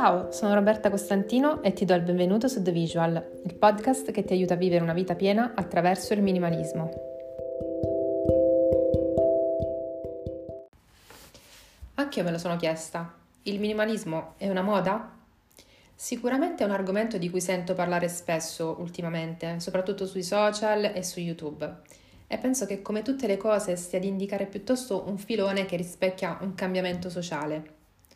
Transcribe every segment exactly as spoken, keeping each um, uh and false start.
Ciao, sono Roberta Costantino e ti do il benvenuto su The Visual, il podcast che ti aiuta a vivere una vita piena attraverso il minimalismo. Anche io me lo sono chiesta. Il minimalismo è una moda? Sicuramente è un argomento di cui sento parlare spesso ultimamente, soprattutto sui social e su YouTube. E penso che come tutte le cose stia ad indicare piuttosto un filone che rispecchia un cambiamento sociale.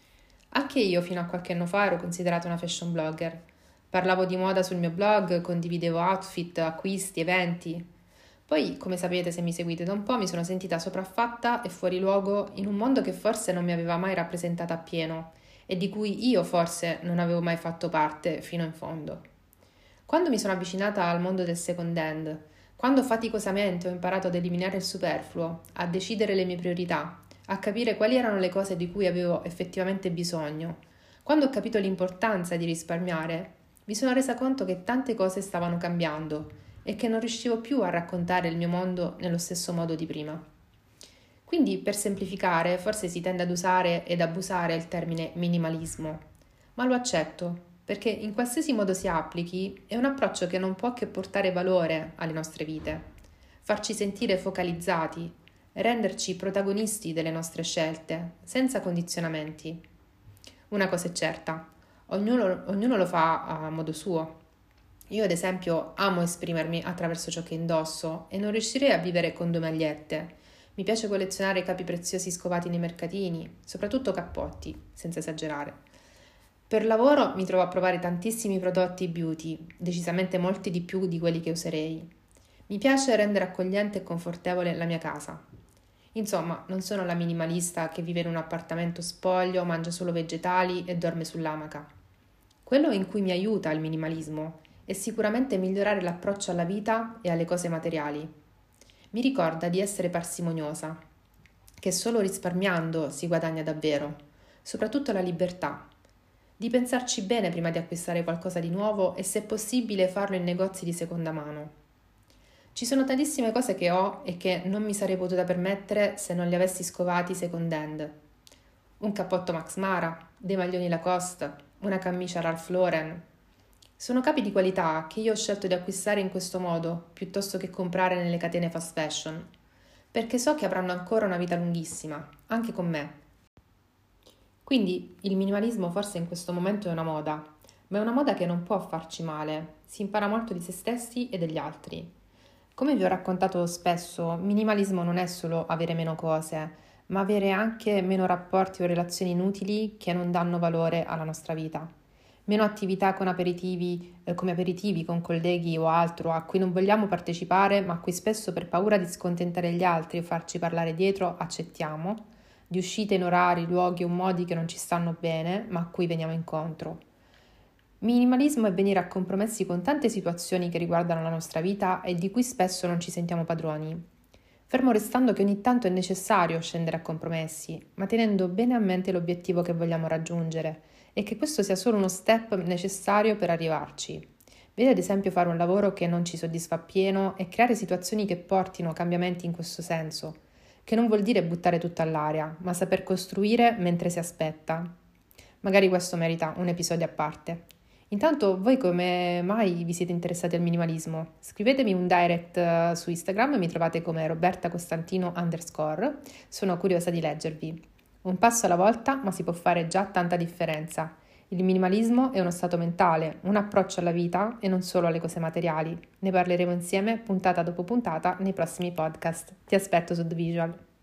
Anche io fino a qualche anno fa ero considerata una fashion blogger. Parlavo di moda sul mio blog, condividevo outfit, acquisti, eventi. Poi, come sapete se mi seguite da un po', mi sono sentita sopraffatta e fuori luogo in un mondo che forse non mi aveva mai rappresentata appieno e di cui io forse non avevo mai fatto parte fino in fondo. Quando mi sono avvicinata al mondo del second hand, quando faticosamente ho imparato ad eliminare il superfluo, a decidere le mie priorità, a capire quali erano le cose di cui avevo effettivamente bisogno, quando ho capito l'importanza di risparmiare, mi sono resa conto che tante cose stavano cambiando e che non riuscivo più a raccontare il mio mondo nello stesso modo di prima. Quindi, per semplificare, forse si tende ad usare ed abusare il termine minimalismo, ma lo accetto, perché in qualsiasi modo si applichi è un approccio che non può che portare valore alle nostre vite, farci sentire focalizzati, renderci protagonisti delle nostre scelte, senza condizionamenti. Una cosa è certa, ognuno, ognuno lo fa a modo suo. Io ad esempio amo esprimermi attraverso ciò che indosso e non riuscirei a vivere con due magliette. Mi piace collezionare capi preziosi scovati nei mercatini, soprattutto cappotti, senza esagerare. Per lavoro mi trovo a provare tantissimi prodotti beauty, decisamente molti di più di quelli che userei. Mi piace rendere accogliente e confortevole la mia casa. Insomma, non sono la minimalista che vive in un appartamento spoglio, mangia solo vegetali e dorme sull'amaca. Quello in cui mi aiuta il minimalismo è sicuramente migliorare l'approccio alla vita e alle cose materiali. Mi ricorda di essere parsimoniosa, che solo risparmiando si guadagna davvero, soprattutto la libertà, di pensarci bene prima di acquistare qualcosa di nuovo e se possibile farlo in negozi di seconda mano. Ci sono tantissime cose che ho e che non mi sarei potuta permettere se non li avessi scovati second hand. Un cappotto Max Mara, dei maglioni Lacoste, una camicia Ralph Lauren. Sono capi di qualità che io ho scelto di acquistare in questo modo, piuttosto che comprare nelle catene fast fashion, perché so che avranno ancora una vita lunghissima, anche con me. Quindi il minimalismo forse in questo momento è una moda, ma è una moda che non può farci male, si impara molto di se stessi e degli altri. Come vi ho raccontato spesso, minimalismo non è solo avere meno cose, ma avere anche meno rapporti o relazioni inutili che non danno valore alla nostra vita. Meno attività con aperitivi, eh, come aperitivi con colleghi o altro a cui non vogliamo partecipare, ma a cui spesso per paura di scontentare gli altri o farci parlare dietro accettiamo, di uscite in orari, luoghi o modi che non ci stanno bene, ma a cui veniamo incontro. Minimalismo è venire a compromessi con tante situazioni che riguardano la nostra vita e di cui spesso non ci sentiamo padroni. Fermo restando che ogni tanto è necessario scendere a compromessi, ma tenendo bene a mente l'obiettivo che vogliamo raggiungere e che questo sia solo uno step necessario per arrivarci. Vedi ad esempio fare un lavoro che non ci soddisfa appieno e creare situazioni che portino cambiamenti in questo senso, che non vuol dire buttare tutto all'aria, ma saper costruire mentre si aspetta. Magari questo merita un episodio a parte. Intanto, voi come mai vi siete interessati al minimalismo? Scrivetemi un direct uh, su Instagram, mi trovate come Roberta Costantino underscore, sono curiosa di leggervi. Un passo alla volta, ma si può fare già tanta differenza. Il minimalismo è uno stato mentale, un approccio alla vita e non solo alle cose materiali. Ne parleremo insieme puntata dopo puntata nei prossimi podcast. Ti aspetto su The Visual.